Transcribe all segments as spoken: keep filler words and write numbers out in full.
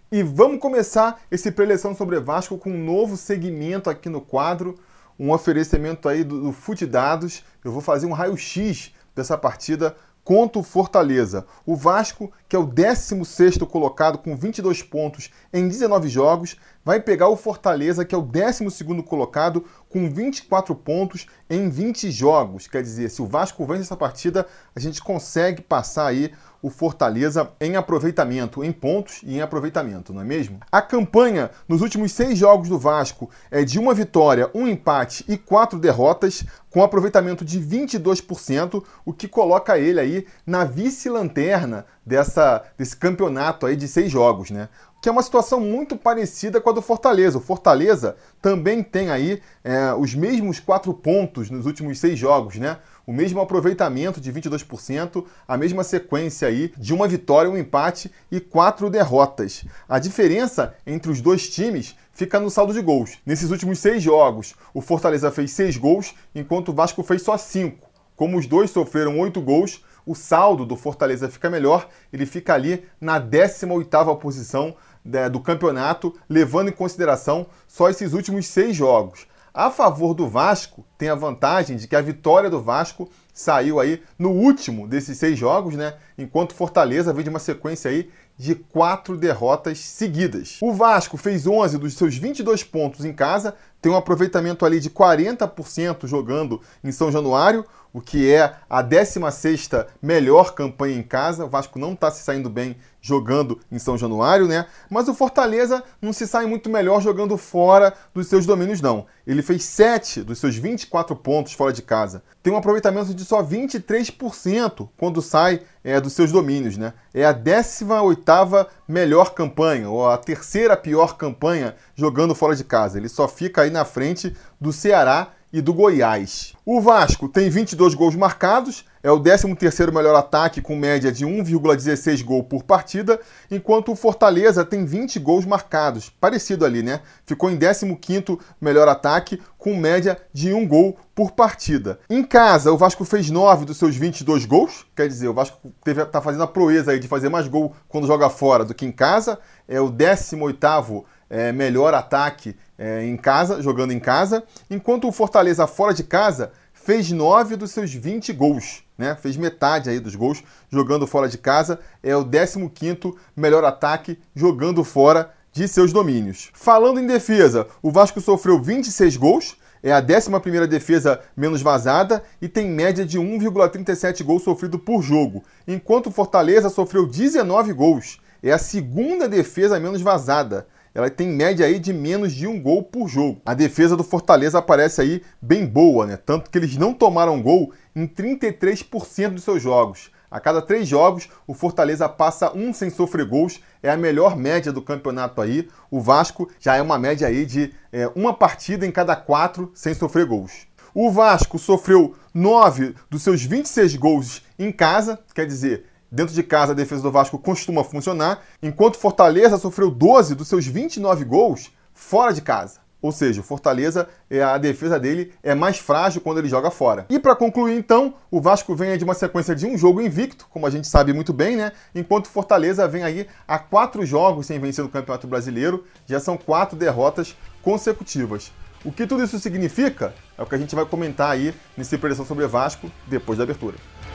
E vamos começar esse preleção sobre Vasco com um novo segmento aqui no quadro, um oferecimento aí do, do Fute Dados. Eu vou fazer um raio-x dessa partida contra o Fortaleza. O Vasco, que é o décimo sexto colocado com vinte e dois pontos em dezenove jogos, vai pegar o Fortaleza, que é o décimo segundo colocado com vinte e quatro pontos em vinte jogos. Quer dizer, se o Vasco vence essa partida, a gente consegue passar aí o Fortaleza em aproveitamento, em pontos e em aproveitamento, não é mesmo? A campanha nos últimos seis jogos do Vasco é de uma vitória, um empate e quatro derrotas, com aproveitamento de vinte e dois por cento, o que coloca ele aí na vice-lanterna dessa, desse campeonato aí de seis jogos, né? Que é uma situação muito parecida com a do Fortaleza. O Fortaleza também tem aí é, os mesmos quatro pontos nos últimos seis jogos, né? O mesmo aproveitamento de vinte e dois por cento, a mesma sequência aí de uma vitória, um empate e quatro derrotas. A diferença entre os dois times fica no saldo de gols. Nesses últimos seis jogos, o Fortaleza fez seis gols, enquanto o Vasco fez só cinco. Como os dois sofreram oito gols, o saldo do Fortaleza fica melhor, ele fica ali na décima oitava posição do campeonato, levando em consideração só esses últimos seis jogos. A favor do Vasco, tem a vantagem de que a vitória do Vasco saiu aí no último desses seis jogos, né? Enquanto Fortaleza vem de uma sequência aí de quatro derrotas seguidas. O Vasco fez onze dos seus vinte e dois pontos em casa, tem um aproveitamento ali de quarenta por cento jogando em São Januário, o que é a décima sexta melhor campanha em casa. O Vasco não está se saindo bem jogando em São Januário, né? Mas o Fortaleza não se sai muito melhor jogando fora dos seus domínios, não. Ele fez sete dos seus vinte e quatro pontos fora de casa. Tem um aproveitamento de só vinte e três por cento quando sai é, dos seus domínios, né? É a décima oitava melhor campanha, ou a terceira pior campanha jogando fora de casa. Ele só fica aí na frente do Ceará e do Goiás. O Vasco tem vinte e dois gols marcados, é o décimo terceiro melhor ataque com média de um vírgula dezesseis gol por partida, enquanto o Fortaleza tem vinte gols marcados, parecido ali, né? Ficou em décimo quinto melhor ataque com média de um gol por partida. Em casa, o Vasco fez nove dos seus vinte e dois gols, quer dizer, o Vasco está fazendo a proeza aí de fazer mais gol quando joga fora do que em casa, é o décimo oitavo É, melhor ataque é, em casa, jogando em casa, enquanto o Fortaleza fora de casa fez nove dos seus vinte gols, né? Fez metade aí dos gols jogando fora de casa, é o décimo quinto melhor ataque jogando fora de seus domínios. Falando em defesa, o Vasco sofreu vinte e seis gols, é a décima primeira defesa menos vazada e tem média de um vírgula trinta e sete gols sofrido por jogo, enquanto o Fortaleza sofreu dezenove gols, é a segunda defesa menos vazada. Ela tem média aí de menos de um gol por jogo. A defesa do Fortaleza aparece aí bem boa, né? Tanto que eles não tomaram gol em trinta e três por cento dos seus jogos. A cada três jogos, o Fortaleza passa um sem sofrer gols. É a melhor média do campeonato aí. O Vasco já é uma média aí de é, uma partida em cada quatro sem sofrer gols. O Vasco sofreu nove dos seus vinte e seis gols em casa, quer dizer, dentro de casa, a defesa do Vasco costuma funcionar, enquanto Fortaleza sofreu doze dos seus vinte e nove gols fora de casa. Ou seja, o Fortaleza, a defesa dele é mais frágil quando ele joga fora. E para concluir, então, o Vasco vem de uma sequência de um jogo invicto, como a gente sabe muito bem, né? Enquanto o Fortaleza vem aí a quatro jogos sem vencer no Campeonato Brasileiro, já são quatro derrotas consecutivas. O que tudo isso significa é o que a gente vai comentar aí nesse preleção sobre Vasco depois da abertura.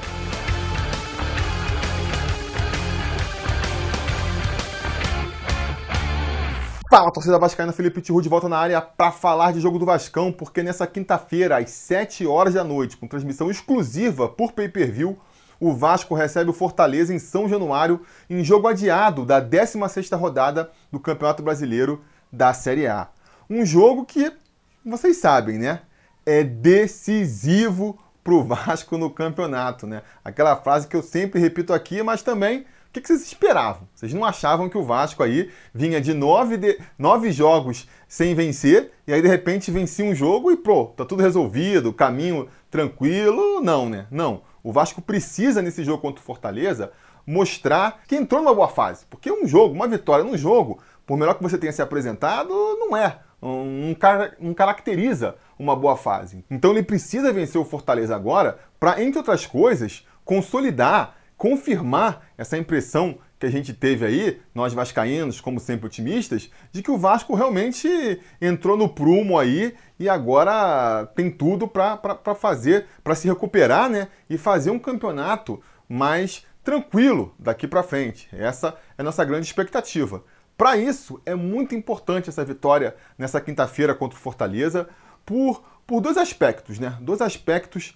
Fala, torcida vascaína, Felipe Tiru de volta na área para falar de jogo do Vascão, porque nessa quinta-feira, às sete horas da noite, com transmissão exclusiva por pay-per-view, o Vasco recebe o Fortaleza em São Januário, em jogo adiado da décima sexta rodada do Campeonato Brasileiro da Série A. Um jogo que, vocês sabem, né, é decisivo para o Vasco no campeonato, né? Aquela frase que eu sempre repito aqui, mas também... O que vocês esperavam? Vocês não achavam que o Vasco aí vinha de nove, de nove jogos sem vencer e aí de repente vencia um jogo e pô, tá tudo resolvido, caminho tranquilo? Não, né? Não. O Vasco precisa nesse jogo contra o Fortaleza mostrar que entrou numa boa fase. Porque um jogo, uma vitória num jogo, por melhor que você tenha se apresentado, não é. Não, não caracteriza uma boa fase. Então ele precisa vencer o Fortaleza agora para, entre outras coisas, consolidar, confirmar essa impressão que a gente teve aí, nós vascaínos, como sempre otimistas, de que o Vasco realmente entrou no prumo aí e agora tem tudo para fazer, para se recuperar, né? E fazer um campeonato mais tranquilo daqui para frente. Essa é a nossa grande expectativa. Para isso, é muito importante essa vitória nessa quinta-feira contra o Fortaleza por, por dois aspectos, né? Dois aspectos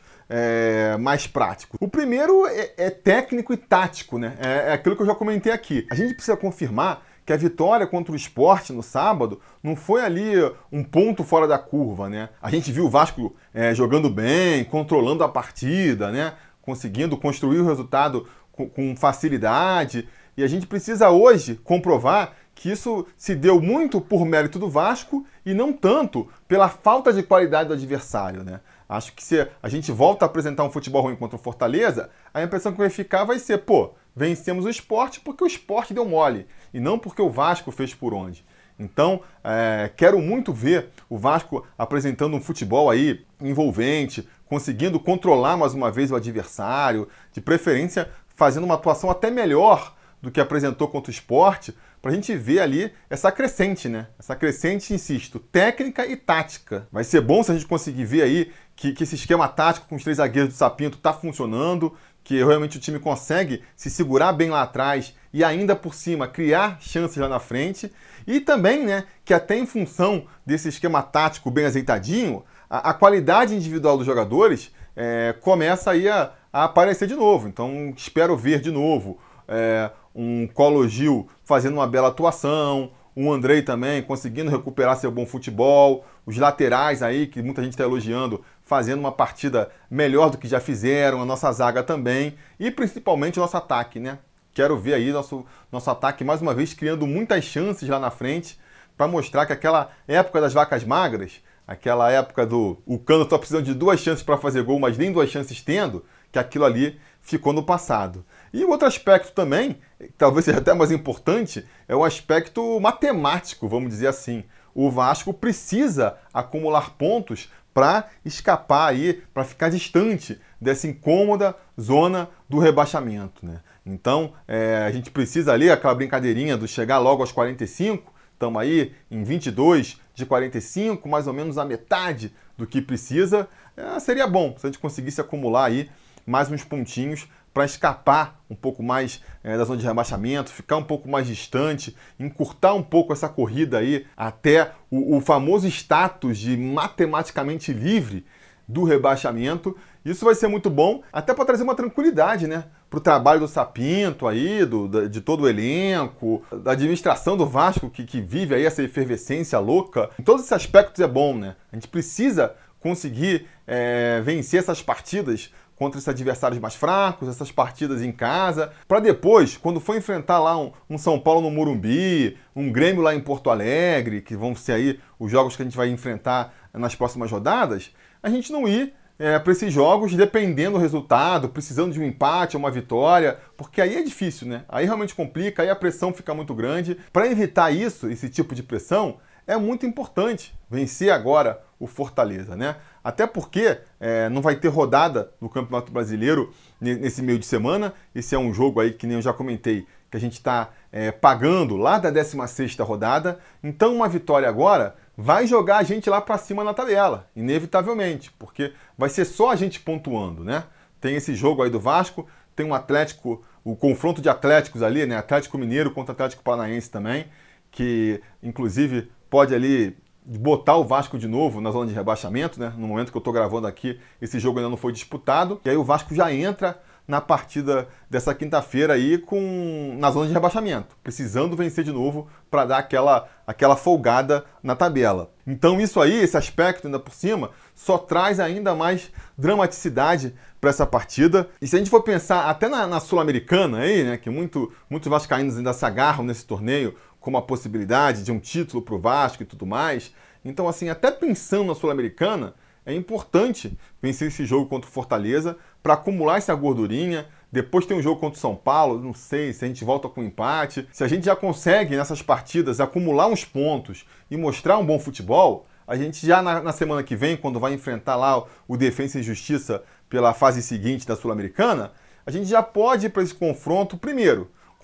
é, mais práticos. O primeiro é, é técnico e tático, né? É, é aquilo que eu já comentei aqui. A gente precisa confirmar que a vitória contra o Sport no sábado não foi ali um ponto fora da curva, né? A gente viu o Vasco é, jogando bem, controlando a partida, né? Conseguindo construir o resultado com, com facilidade. E a gente precisa hoje comprovar que isso se deu muito por mérito do Vasco e não tanto pela falta de qualidade do adversário, né? Acho que se a gente volta a apresentar um futebol ruim contra o Fortaleza, a impressão que vai ficar vai ser, pô, vencemos o Sport porque o Sport deu mole, e não porque o Vasco fez por onde. Então, é, quero muito ver o Vasco apresentando um futebol aí envolvente, conseguindo controlar mais uma vez o adversário, de preferência fazendo uma atuação até melhor do que apresentou contra o Sport, para a gente ver ali essa crescente, né? Essa crescente, insisto, técnica e tática. Vai ser bom se a gente conseguir ver aí que, que esse esquema tático com os três zagueiros do Sapinto está funcionando, que realmente o time consegue se segurar bem lá atrás e ainda por cima criar chances lá na frente. E também, né, que até em função desse esquema tático bem azeitadinho, a, a qualidade individual dos jogadores é, começa aí a, a aparecer de novo. Então, espero ver de novo É, um Colo Gil fazendo uma bela atuação, o Andrei também conseguindo recuperar seu bom futebol, os laterais aí, que muita gente está elogiando, fazendo uma partida melhor do que já fizeram, a nossa zaga também, e principalmente o nosso ataque, né? Quero ver aí nosso, nosso ataque mais uma vez criando muitas chances lá na frente, para mostrar que aquela época das vacas magras, aquela época do o Cano só precisando de duas chances para fazer gol, mas nem duas chances tendo, que aquilo ali ficou no passado. E o outro aspecto também, talvez seja até mais importante, é o aspecto matemático, vamos dizer assim. O Vasco precisa acumular pontos para escapar aí, para ficar distante dessa incômoda zona do rebaixamento, né? Então, é, a gente precisa ali, aquela brincadeirinha do chegar logo aos quarenta e cinco, estamos aí em vinte e dois de quarenta e cinco, mais ou menos a metade do que precisa. É, seria bom se a gente conseguisse acumular aí mais uns pontinhos para escapar um pouco mais é, da zona de rebaixamento, ficar um pouco mais distante, encurtar um pouco essa corrida aí até o, o famoso status de matematicamente livre do rebaixamento. Isso vai ser muito bom, até para trazer uma tranquilidade, né, para o trabalho do Sapinto aí, do, de todo o elenco, da administração do Vasco que, que vive aí essa efervescência louca. Em todos esses aspectos é bom, né? A gente precisa conseguir é, vencer essas partidas contra esses adversários mais fracos, essas partidas em casa, para depois, quando for enfrentar lá um, um São Paulo no Morumbi, um Grêmio lá em Porto Alegre, que vão ser aí os jogos que a gente vai enfrentar nas próximas rodadas, a gente não ir é, para esses jogos dependendo do resultado, precisando de um empate ou uma vitória, porque aí é difícil, né? Aí realmente complica, aí a pressão fica muito grande. Para evitar isso, esse tipo de pressão, é muito importante vencer agora o Fortaleza, né? Até porque é, não vai ter rodada no Campeonato Brasileiro nesse meio de semana. Esse é um jogo aí que nem eu já comentei, que a gente está é, pagando lá da décima sexta rodada. Então uma vitória agora vai jogar a gente lá para cima na tabela, inevitavelmente, porque vai ser só a gente pontuando, né? Tem esse jogo aí do Vasco, tem um Atlético, o confronto de Atléticos ali, né? Atlético Mineiro contra Atlético Paranaense também, que inclusive pode ali botar o Vasco de novo na zona de rebaixamento, né? No momento que eu estou gravando aqui, esse jogo ainda não foi disputado. E aí o Vasco já entra na partida dessa quinta-feira aí com, na zona de rebaixamento, precisando vencer de novo para dar aquela, aquela folgada na tabela. Então isso aí, esse aspecto ainda por cima, só traz ainda mais dramaticidade para essa partida. E se a gente for pensar até na, na Sul-Americana aí, né, que muito, muitos vascaínos ainda se agarram nesse torneio como a possibilidade de um título para o Vasco e tudo mais. Então, assim, até pensando na Sul-Americana, é importante vencer esse jogo contra o Fortaleza para acumular essa gordurinha. Depois tem um jogo contra o São Paulo, não sei se a gente volta com empate. Se a gente já consegue, nessas partidas, acumular uns pontos e mostrar um bom futebol, a gente já na, na semana que vem, quando vai enfrentar lá o Defensa e Justiça pela fase seguinte da Sul-Americana, a gente já pode ir para esse confronto, primeiro,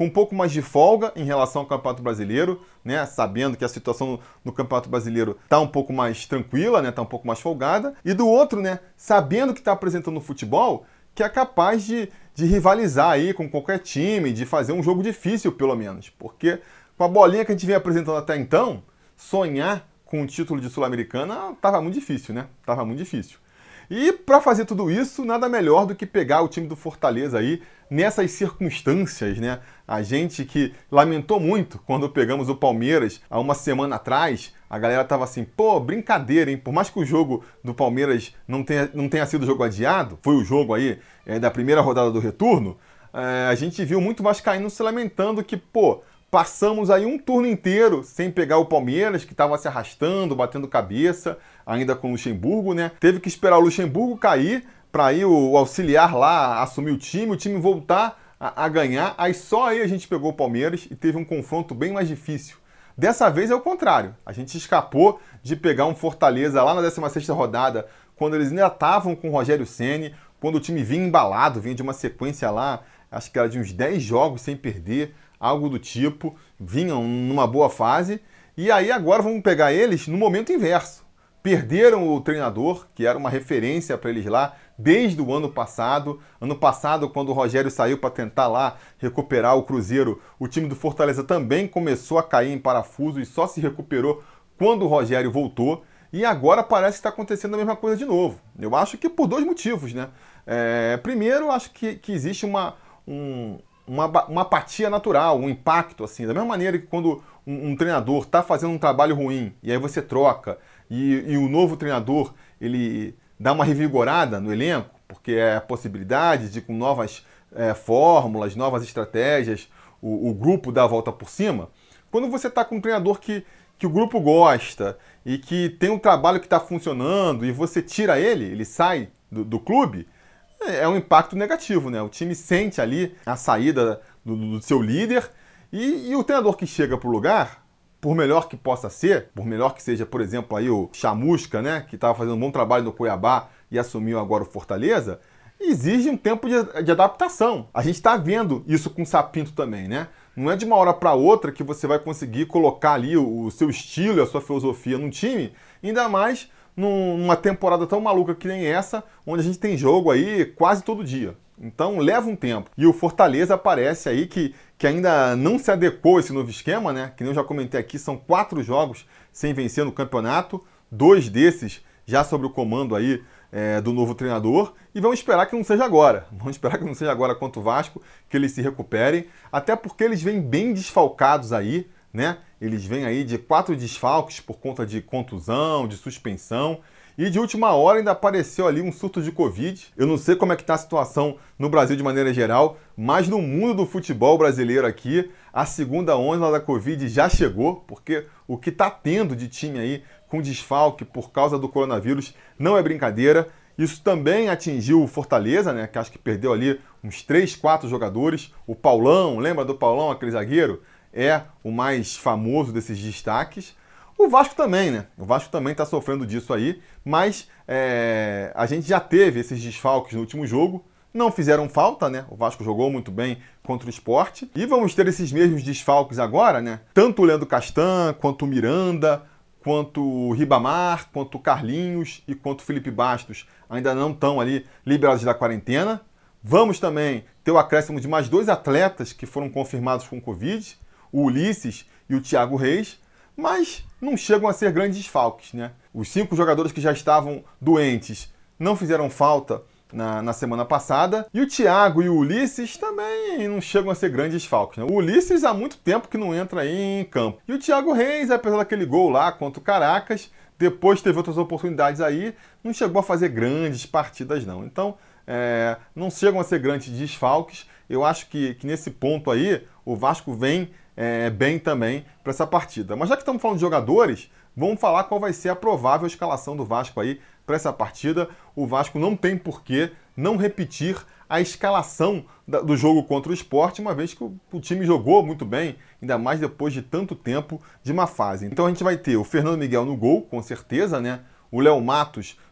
com um pouco mais de folga em relação ao Campeonato Brasileiro, né? Sabendo que a situação no Campeonato Brasileiro está um pouco mais tranquila, né? Está um pouco mais folgada. E do outro, né? Sabendo que está apresentando um futebol que é capaz de, de rivalizar aí com qualquer time, de fazer um jogo difícil, pelo menos. Porque com a bolinha que a gente vem apresentando até então, sonhar com o título de Sul-Americana estava muito difícil, né? Estava muito difícil. E para fazer tudo isso, nada melhor do que pegar o time do Fortaleza aí nessas circunstâncias, né? A gente que lamentou muito quando pegamos o Palmeiras há uma semana atrás, a galera tava assim, pô, brincadeira, hein? Por mais que o jogo do Palmeiras não tenha, não tenha sido jogo adiado, foi o jogo aí é, da primeira rodada do retorno, é, a gente viu muito vascaíno se lamentando que, pô, passamos aí um turno inteiro sem pegar o Palmeiras, que estava se arrastando, batendo cabeça, ainda com o Luxemburgo, né? Teve que esperar o Luxemburgo cair para aí o auxiliar lá assumir o time, o time voltar a, a ganhar. Aí só aí a gente pegou o Palmeiras e teve um confronto bem mais difícil. Dessa vez é o contrário. A gente escapou de pegar um Fortaleza lá na décima sexta rodada, quando eles ainda estavam com o Rogério Ceni, quando o time vinha embalado, vinha de uma sequência lá, acho que era de uns dez jogos sem perder, algo do tipo, vinham numa boa fase, e aí agora vamos pegar eles no momento inverso. Perderam o treinador, que era uma referência para eles lá desde o ano passado. Ano passado, quando o Rogério saiu para tentar lá recuperar o Cruzeiro, o time do Fortaleza também começou a cair em parafuso e só se recuperou quando o Rogério voltou. E agora parece que está acontecendo a mesma coisa de novo. Eu acho que por dois motivos, né? É, primeiro, acho que, que existe uma... Um, Uma, uma apatia natural, um impacto, assim, da mesma maneira que quando um, um treinador está fazendo um trabalho ruim e aí você troca e, e o novo treinador ele dá uma revigorada no elenco, porque é a possibilidade de com novas é, fórmulas, novas estratégias, o, o grupo dá a volta por cima. Quando você está com um treinador que, que o grupo gosta e que tem um trabalho que está funcionando e você tira ele, ele sai do, do clube, é um impacto negativo, né? O time sente ali a saída do, do seu líder e, e o treinador que chega para o lugar, por melhor que possa ser, por melhor que seja, por exemplo, aí o Chamusca, né? Que estava fazendo um bom trabalho no Cuiabá e assumiu agora o Fortaleza, exige um tempo de, de adaptação. A gente está vendo isso com o Sapinto também, né? Não é de uma hora para outra que você vai conseguir colocar ali o, o seu estilo e a sua filosofia num time, ainda mais numa temporada tão maluca que nem essa, onde a gente tem jogo aí quase todo dia. Então leva um tempo. E o Fortaleza parece aí que, que ainda não se adequou a esse novo esquema, né? Que nem eu já comentei aqui, são quatro jogos sem vencer no campeonato, dois desses já sob o comando aí é, do novo treinador, e vamos esperar que não seja agora. Vamos esperar que não seja agora contra o Vasco, que eles se recuperem, até porque eles vêm bem desfalcados aí, né? Eles vêm aí de quatro desfalques por conta de contusão, de suspensão, e de última hora ainda apareceu ali um surto de Covid. Eu não sei como é que está a situação no Brasil de maneira geral, mas no mundo do futebol brasileiro aqui, a segunda onda da Covid já chegou, porque o que está tendo de time aí com desfalque por causa do coronavírus não é brincadeira. Isso também atingiu o Fortaleza, né? Que acho que perdeu ali uns três, quatro jogadores. O Paulão, lembra do Paulão, aquele zagueiro? É o mais famoso desses destaques. O Vasco também, né? O Vasco também está sofrendo disso aí, mas é, a gente já teve esses desfalques no último jogo, não fizeram falta, né? O Vasco jogou muito bem contra o Sport, e vamos ter esses mesmos desfalques agora, né? Tanto o Leandro Castan, quanto o Miranda, quanto o Ribamar, quanto o Carlinhos e quanto o Felipe Bastos ainda não estão ali liberados da quarentena. Vamos também ter o acréscimo de mais dois atletas que foram confirmados com Covid, o Ulisses e o Thiago Reis, mas não chegam a ser grandes desfalques, né? Os cinco jogadores que já estavam doentes não fizeram falta na, na semana passada, e o Thiago e o Ulisses também não chegam a ser grandes desfalques, né? O Ulisses há muito tempo que não entra aí em campo. E o Thiago Reis, apesar daquele gol lá contra o Caracas, depois teve outras oportunidades aí, não chegou a fazer grandes partidas não. Então, é, não chegam a ser grandes desfalques. Eu acho que, que nesse ponto aí, o Vasco vem É, bem também para essa partida. Mas já que estamos falando de jogadores, vamos falar qual vai ser a provável escalação do Vasco aí para essa partida. O Vasco não tem por que não repetir a escalação da, do jogo contra o Sport, uma vez que o, o time jogou muito bem, ainda mais depois de tanto tempo de uma fase. Então a gente vai ter o Fernando Miguel no gol, com certeza, né? O Léo Matos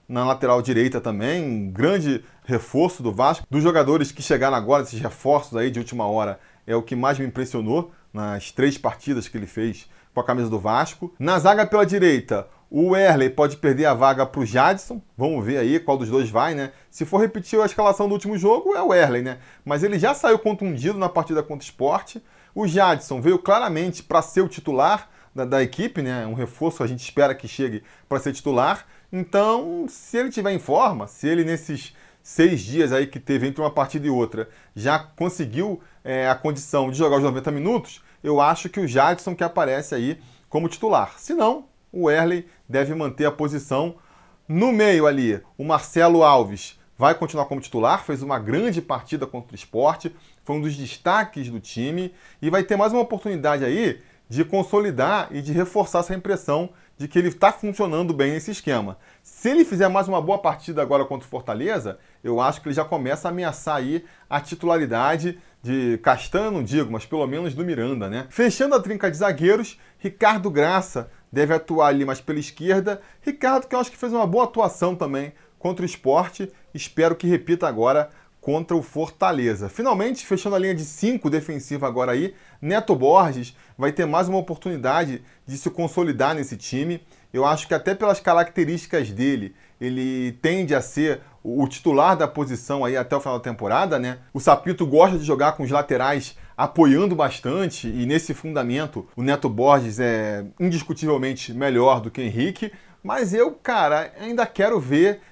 na lateral direita também, um grande reforço do Vasco. Dos jogadores que chegaram agora, esses reforços aí de última hora, é o que mais me impressionou nas três partidas que ele fez com a camisa do Vasco. Na zaga pela direita, o Wesley pode perder a vaga para o Jadson. Vamos ver aí qual dos dois vai, né? Se for repetir a escalação do último jogo, é o Wesley, né? Mas ele já saiu contundido na partida contra o Sport. O Jadson veio claramente para ser o titular da, da equipe, né? Um reforço, a gente espera que chegue para ser titular. Então, se ele estiver em forma, se ele nesses seis dias aí que teve entre uma partida e outra já conseguiu é, a condição de jogar os noventa minutos, eu acho que o Jadson que aparece aí como titular. Se não, o Wesley deve manter a posição. No meio ali, o Marcelo Alves vai continuar como titular, fez uma grande partida contra o Sport, foi um dos destaques do time e vai ter mais uma oportunidade aí de consolidar e de reforçar essa impressão de que ele está funcionando bem nesse esquema. Se ele fizer mais uma boa partida agora contra o Fortaleza, eu acho que ele já começa a ameaçar aí a titularidade de Castanho, não digo, mas pelo menos do Miranda, né? Fechando a trinca de zagueiros, Ricardo Graça deve atuar ali mais pela esquerda. Ricardo, que eu acho que fez uma boa atuação também contra o Sport, espero que repita agora contra o Fortaleza. Finalmente, fechando a linha de cinco defensiva agora aí, Neto Borges vai ter mais uma oportunidade de se consolidar nesse time. Eu acho que até pelas características dele, ele tende a ser o titular da posição aí até o final da temporada, né? O Sapinto gosta de jogar com os laterais apoiando bastante e nesse fundamento o Neto Borges é indiscutivelmente melhor do que o Henrique, mas eu, cara, ainda quero ver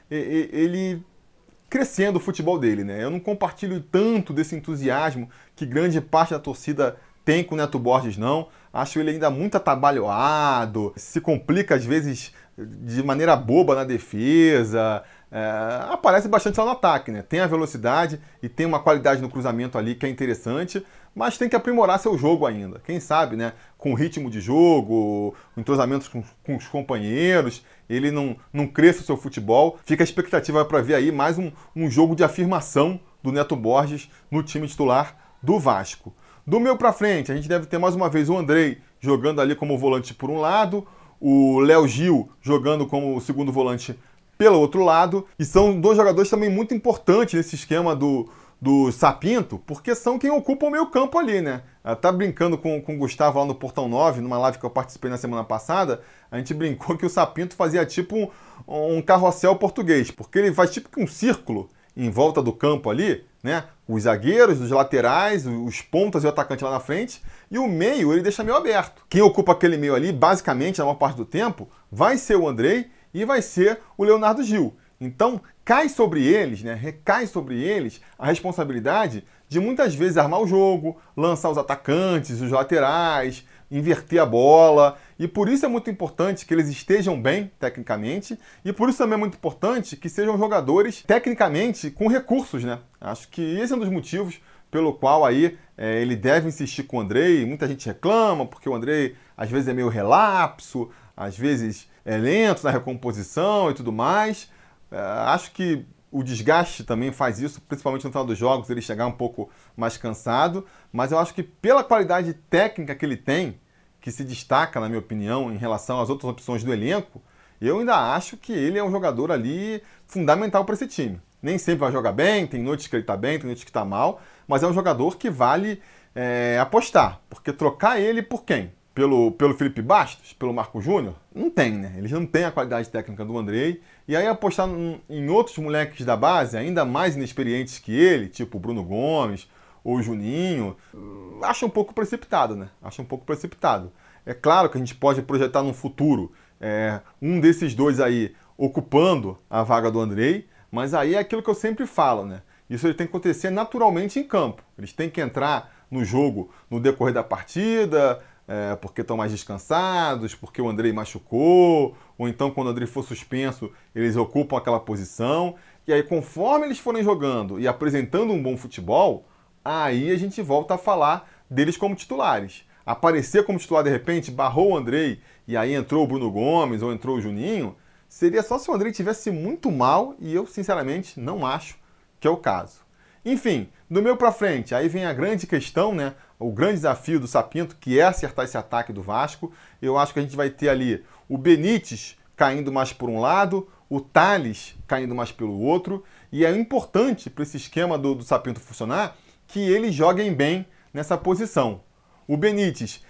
ele crescendo o futebol dele, né? Eu não compartilho tanto desse entusiasmo que grande parte da torcida tem com o Neto Borges, não. Acho ele ainda muito atabalhoado, se complica às vezes de maneira boba na defesa, é, aparece bastante lá no ataque, né? Tem a velocidade e tem uma qualidade no cruzamento ali que é interessante, mas tem que aprimorar seu jogo ainda. Quem sabe, né? Com o ritmo de jogo, o entrosamento com, com os companheiros, ele não, não cresce o seu futebol. Fica a expectativa para ver aí mais um, um jogo de afirmação do Neto Borges no time titular do Vasco. Do meio para frente, a gente deve ter mais uma vez o Andrei jogando ali como volante por um lado, o Léo Gil jogando como segundo volante pelo outro lado, e são dois jogadores também muito importantes nesse esquema do, do Sapinto, porque são quem ocupa o meio campo ali, né? Tá brincando com, com o Gustavo lá no Portão nove, numa live que eu participei na semana passada, a gente brincou que o Sapinto fazia tipo um, um carrossel português, porque ele faz tipo que um círculo em volta do campo ali, né? Os zagueiros, os laterais, os pontas e o atacante lá na frente, e o meio ele deixa meio aberto. Quem ocupa aquele meio ali, basicamente, na maior parte do tempo, vai ser o Andrei e vai ser o Leonardo Gil. Então, cai sobre eles, né? Recai sobre eles a responsabilidade de muitas vezes armar o jogo, lançar os atacantes, os laterais, inverter a bola. E por isso é muito importante que eles estejam bem tecnicamente, e por isso também é muito importante que sejam jogadores tecnicamente com recursos, né? Acho que esse é um dos motivos pelo qual aí é, ele deve insistir com o Andrei. Muita gente reclama porque o Andrei às vezes é meio relapso, às vezes é lento na recomposição e tudo mais. É, acho que o desgaste também faz isso, principalmente no final dos jogos, ele chegar um pouco mais cansado, mas eu acho que pela qualidade técnica que ele tem, que se destaca, na minha opinião, em relação às outras opções do elenco, eu ainda acho que ele é um jogador ali fundamental para esse time. Nem sempre vai jogar bem, tem noites que ele está bem, tem noites que está mal, mas é um jogador que vale é, apostar, porque trocar ele por quem? Pelo, pelo Felipe Bastos? Pelo Marco Júnior? Não tem, né? Eles não têm a qualidade técnica do Andrei. E aí apostar em outros moleques da base, ainda mais inexperientes que ele, tipo o Bruno Gomes ou o Juninho, acho um pouco precipitado, né? Acho um pouco precipitado. É claro que a gente pode projetar no futuro é, um desses dois aí ocupando a vaga do Andrei, mas aí é aquilo que eu sempre falo, né? Isso ele tem que acontecer naturalmente em campo. Eles têm que entrar no jogo no decorrer da partida, É, porque estão mais descansados, porque o Andrei machucou, ou então quando o Andrei for suspenso, eles ocupam aquela posição. E aí, conforme eles forem jogando e apresentando um bom futebol, aí a gente volta a falar deles como titulares. Aparecer como titular de repente, barrou o Andrei, e aí entrou o Bruno Gomes ou entrou o Juninho, seria só se o Andrei tivesse muito mal, e eu, sinceramente, não acho que é o caso. Enfim, do meio para frente, aí vem a grande questão, né? O grande desafio do Sapinto, que é acertar esse ataque do Vasco. Eu acho que a gente vai ter ali o Benítez caindo mais por um lado, o Tales caindo mais pelo outro, e é importante para esse esquema do, do Sapinto funcionar que eles joguem bem nessa posição. O Benítez,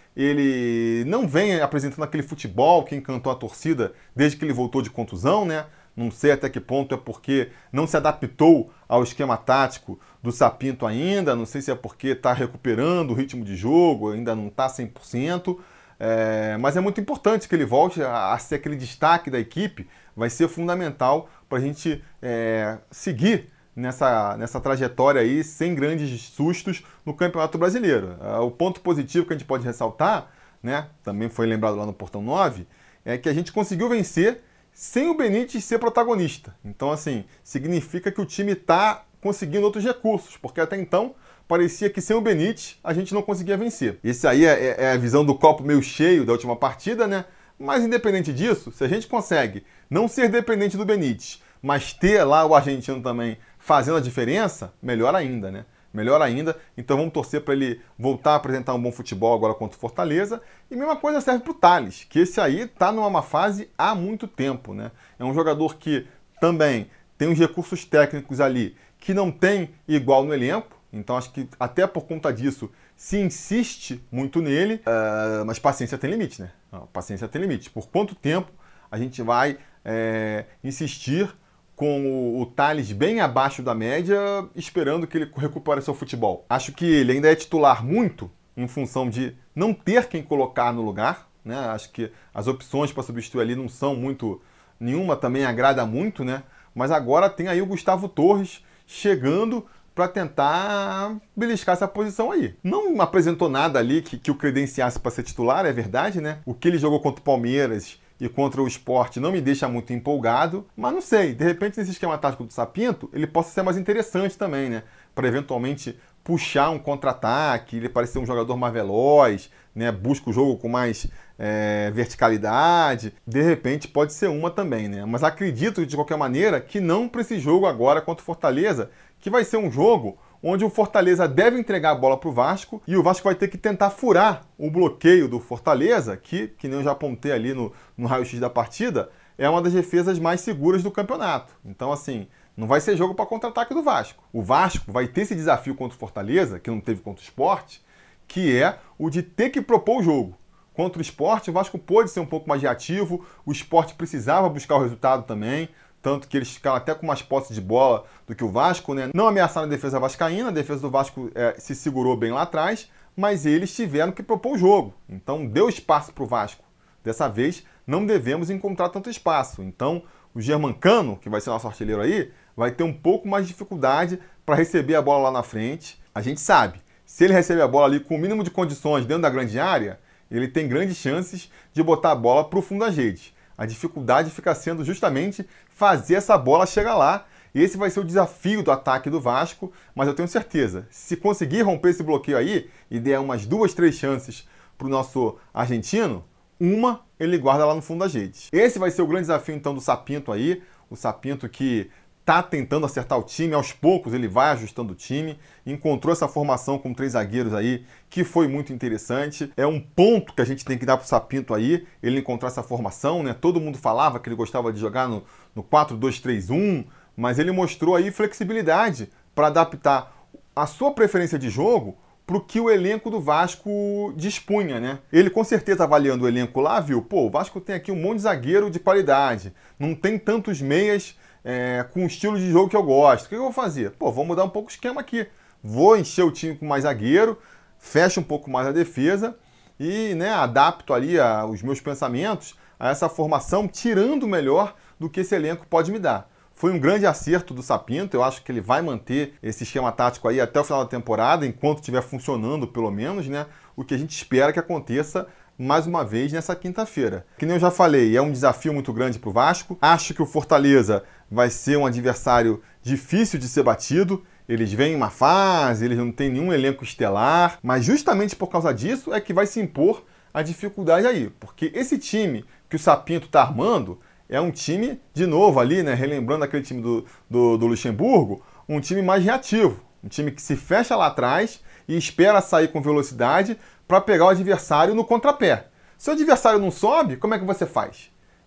ele não vem apresentando aquele futebol que encantou a torcida desde que ele voltou de contusão, né? Não sei até que ponto é porque não se adaptou ao esquema tático do Sapinto ainda, não sei se é porque está recuperando o ritmo de jogo, ainda não está cem por cento, é, mas é muito importante que ele volte a, a ser aquele destaque da equipe, vai ser fundamental para a gente é, seguir nessa, nessa trajetória aí, sem grandes sustos no Campeonato Brasileiro. O ponto positivo que a gente pode ressaltar, né, também foi lembrado lá no Portão nove, é que a gente conseguiu vencer sem o Benítez ser protagonista. Então, assim, significa que o time está conseguindo outros recursos, porque até então parecia que sem o Benítez a gente não conseguia vencer. Esse aí é, é a visão do copo meio cheio da última partida, né? Mas independente disso, se a gente consegue não ser dependente do Benítez, mas ter lá o argentino também fazendo a diferença, melhor ainda, né? Melhor ainda, então vamos torcer para ele voltar a apresentar um bom futebol agora contra o Fortaleza. E a mesma coisa serve para o Tales, que esse aí está numa má fase há muito tempo, né? É um jogador que também tem uns recursos técnicos ali que não tem igual no elenco, então acho que até por conta disso se insiste muito nele, uh, mas paciência tem limite, né? Não, paciência tem limite. Por quanto tempo a gente vai é, insistir com o, o Tales bem abaixo da média, esperando que ele recupere seu futebol? Acho que ele ainda é titular muito em função de não ter quem colocar no lugar, né? Acho que as opções para substituir ali não são muito... Nenhuma também agrada muito, né? Mas agora tem aí o Gustavo Torres chegando para tentar beliscar essa posição aí. Não apresentou nada ali que, que o credenciasse para ser titular, é verdade, né? O que ele jogou contra o Palmeiras e contra o Sport não me deixa muito empolgado, mas não sei, de repente nesse esquema tático do Sapinto, ele possa ser mais interessante também, né? Para eventualmente puxar um contra-ataque, ele parecer um jogador mais veloz, né? Busca o jogo com mais é, verticalidade, de repente pode ser uma também, né? Mas acredito de qualquer maneira que não para esse jogo agora contra o Fortaleza, que vai ser um jogo onde o Fortaleza deve entregar a bola para o Vasco e o Vasco vai ter que tentar furar o bloqueio do Fortaleza, que, que nem eu já apontei ali no, no raio-x da partida, é uma das defesas mais seguras do campeonato. Então, assim, não vai ser jogo para contra-ataque do Vasco. O Vasco vai ter esse desafio contra o Fortaleza, que não teve contra o Sport, que é o de ter que propor o jogo. Contra o Sport, o Vasco pôde ser um pouco mais reativo, o Sport precisava buscar o resultado também, tanto que eles ficaram até com mais posse de bola do que o Vasco, né? Não ameaçaram a defesa vascaína, a defesa do Vasco é, se segurou bem lá atrás, mas eles tiveram que propor o jogo. Então deu espaço para o Vasco. Dessa vez não devemos encontrar tanto espaço. Então o Germancano, que vai ser nosso artilheiro aí, vai ter um pouco mais de dificuldade para receber a bola lá na frente. A gente sabe, se ele recebe a bola ali com o mínimo de condições dentro da grande área, ele tem grandes chances de botar a bola para o fundo das redes. A dificuldade fica sendo justamente fazer essa bola chegar lá. Esse vai ser o desafio do ataque do Vasco, mas eu tenho certeza, se conseguir romper esse bloqueio aí e der umas duas, três chances para o nosso argentino, uma ele guarda lá no fundo das redes. Esse vai ser o grande desafio então do Sapinto aí, o Sapinto que está tentando acertar o time, aos poucos ele vai ajustando o time, encontrou essa formação com três zagueiros aí, que foi muito interessante. É um ponto que a gente tem que dar para o Sapinto aí, ele encontrar essa formação, né? Todo mundo falava que ele gostava de jogar no, no quatro dois três um, mas ele mostrou aí flexibilidade para adaptar a sua preferência de jogo para o que o elenco do Vasco dispunha, né? Ele com certeza avaliando o elenco lá, viu? Pô, o Vasco tem aqui um monte de zagueiro de qualidade, não tem tantos meias É, com o estilo de jogo que eu gosto. O que eu vou fazer? Pô, vou mudar um pouco o esquema aqui. Vou encher o time com mais zagueiro, fecho um pouco mais a defesa e, né, adapto ali a, os meus pensamentos a essa formação, tirando o melhor do que esse elenco pode me dar. Foi um grande acerto do Sapinto, eu acho que ele vai manter esse esquema tático aí até o final da temporada, enquanto estiver funcionando pelo menos, né? O que a gente espera que aconteça mais uma vez nessa quinta-feira. Que nem eu já falei, é um desafio muito grande para o Vasco. Acho que o Fortaleza vai ser um adversário difícil de ser batido. Eles vêm em uma fase, eles não têm nenhum elenco estelar, mas justamente por causa disso é que vai se impor a dificuldade aí. Porque esse time que o Sapinto está armando é um time, de novo ali, né, relembrando aquele time do, do, do Luxemburgo, um time mais reativo. Um time que se fecha lá atrás e espera sair com velocidade para pegar o adversário no contrapé. Se o adversário não sobe, como é que você faz?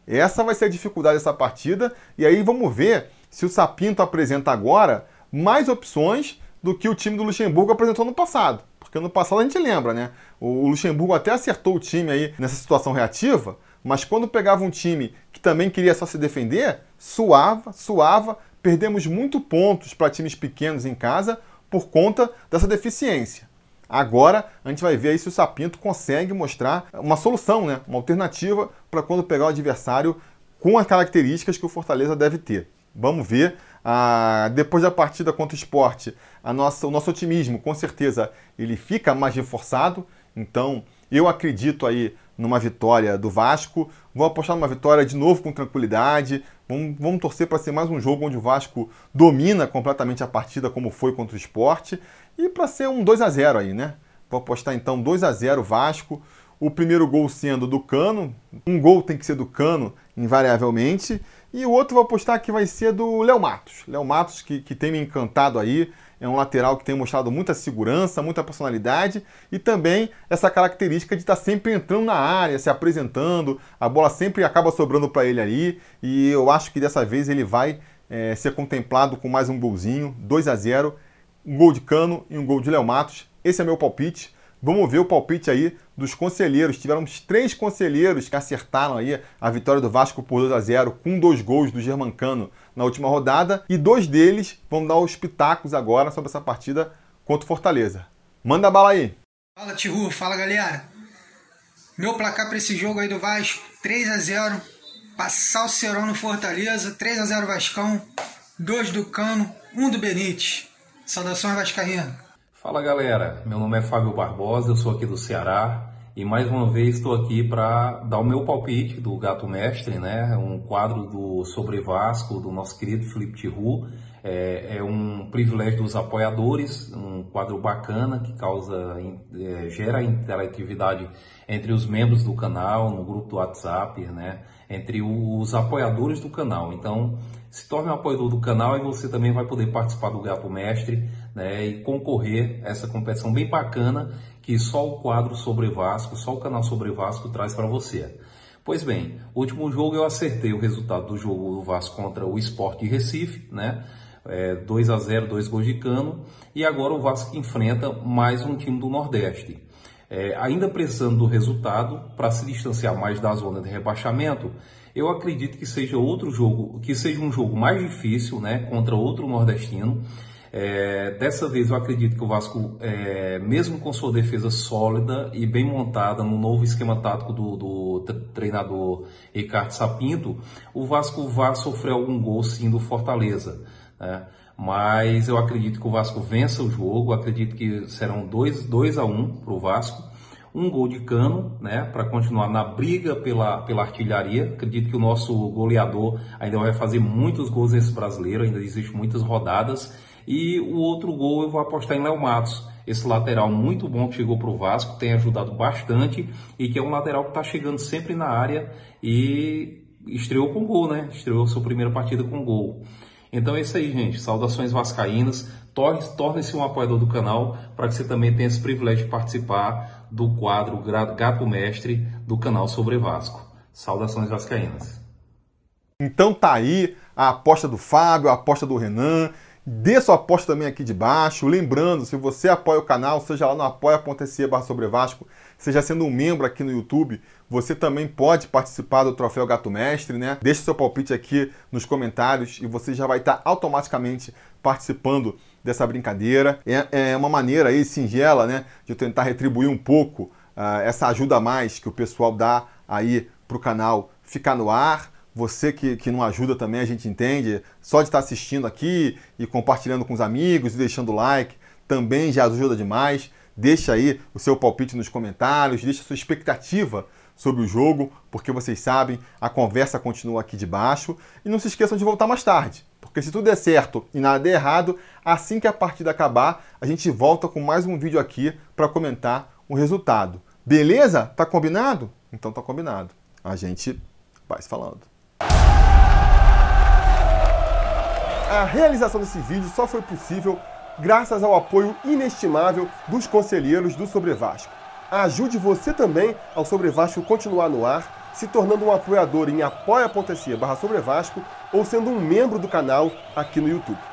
Essa vai ser a dificuldade dessa partida, e aí vamos ver se o Sapinto apresenta agora mais opções do que o time do Luxemburgo apresentou no passado. Porque no passado a gente lembra, né? O Luxemburgo até acertou o time aí nessa situação reativa, mas quando pegava um time que também queria só se defender, suava, suava, perdemos muito pontos para times pequenos em casa por conta dessa deficiência. Agora a gente vai ver aí se o Sapinto consegue mostrar uma solução, né? Uma alternativa para quando pegar o adversário com as características que o Fortaleza deve ter. Vamos ver. Ah, depois da partida contra o Sport, a nossa, o nosso otimismo, com certeza, ele fica mais reforçado. Então, eu acredito aí numa vitória do Vasco. Vou apostar numa vitória de novo com tranquilidade. Vamos, vamos torcer para ser mais um jogo onde o Vasco domina completamente a partida, como foi contra o Sport. E para ser um dois a zero aí, né? Vou apostar então dois a zero Vasco. O primeiro gol sendo do Cano. Um gol tem que ser do Cano, invariavelmente. E o outro vou apostar que vai ser do Léo Matos. Léo Matos, que, que tem me encantado aí. É um lateral que tem mostrado muita segurança, muita personalidade. E também essa característica de estar sempre entrando na área, se apresentando. A bola sempre acaba sobrando para ele ali. E eu acho que dessa vez ele vai é, ser contemplado com mais um golzinho. dois a zero. Um gol de Cano e um gol de Léo Matos. Esse é meu palpite. Vamos ver o palpite aí dos conselheiros. Tivemos três conselheiros que acertaram aí a vitória do Vasco por dois a zero com dois gols do Germancano na última rodada. E dois deles vão dar os pitacos agora sobre essa partida contra o Fortaleza. Manda bala aí. Fala, Tihu. Fala, galera. Meu placar para esse jogo aí do Vasco, três a zero. Passar o Cerão no Fortaleza. três a zero Vascão. dois do Cano, um do Benítez. Saudações vascaínas. Fala galera, meu nome é Fábio Barbosa, eu sou aqui do Ceará e mais uma vez estou aqui para dar o meu palpite do Gato Mestre, né? Um quadro do Sobre Vasco do nosso querido Felipe Tihu. É, é um privilégio dos apoiadores, um quadro bacana que causa, é, gera interatividade entre os membros do canal, no grupo do WhatsApp, né? Entre os apoiadores do canal. Então, se torne um apoiador do canal e você também vai poder participar do Gato Mestre, né, e concorrer a essa competição bem bacana que só o quadro Sobre Vasco, só o canal Sobre Vasco traz para você. Pois bem, último jogo eu acertei o resultado do jogo do Vasco contra o Sport de Recife, né? É, dois a zero, dois gols de Cano, e agora o Vasco enfrenta mais um time do Nordeste. É, ainda precisando do resultado para se distanciar mais da zona de rebaixamento, eu acredito que seja outro jogo, que seja um jogo mais difícil, né, contra outro nordestino. É, dessa vez eu acredito que o Vasco, é, mesmo com sua defesa sólida e bem montada no novo esquema tático do, do treinador Ricardo Sapinto, o Vasco vai sofrer algum gol sim do Fortaleza, né? Mas eu acredito que o Vasco vença o jogo, acredito que serão dois a um para o Vasco, um gol de Cano, né, para continuar na briga pela, pela artilharia. Acredito que o nosso goleador ainda vai fazer muitos gols nesse brasileiro, ainda existem muitas rodadas. E o outro gol eu vou apostar em Léo Matos, esse lateral muito bom que chegou para o Vasco, tem ajudado bastante e que é um lateral que está chegando sempre na área e estreou com gol, né? Estreou sua primeira partida com gol. Então é isso aí, gente. Saudações vascaínas. Torne-se um apoiador do canal para que você também tenha esse privilégio de participar do quadro Gato Mestre do canal Sobre Vasco. Saudações vascaínas. Então tá aí a aposta do Fábio, a aposta do Renan. Dê sua aposta também aqui de baixo. Lembrando, se você apoia o canal, seja lá no apoia.se barra Sobre Vasco, seja sendo um membro aqui no YouTube, você também pode participar do Troféu Gato Mestre, né? Deixe seu palpite aqui nos comentários e você já vai estar automaticamente participando dessa brincadeira. É, é uma maneira aí singela, né, de eu tentar retribuir um pouco uh, essa ajuda a mais que o pessoal dá aí para o canal ficar no ar. Você que, que não ajuda também, a gente entende, só de estar assistindo aqui e compartilhando com os amigos e deixando like, também já ajuda demais. Deixa aí o seu palpite nos comentários, deixa a sua expectativa sobre o jogo, porque vocês sabem, a conversa continua aqui de baixo. E não se esqueçam de voltar mais tarde, porque se tudo der certo e nada der errado, assim que a partida acabar, a gente volta com mais um vídeo aqui para comentar o resultado. Beleza? Tá combinado? Então tá combinado. A gente vai se falando. A realização desse vídeo só foi possível graças ao apoio inestimável dos conselheiros do Sobre Vasco. Ajude você também ao Sobre Vasco continuar no ar se tornando um apoiador em apoia.se barra sobre Vasco ou sendo um membro do canal aqui no YouTube.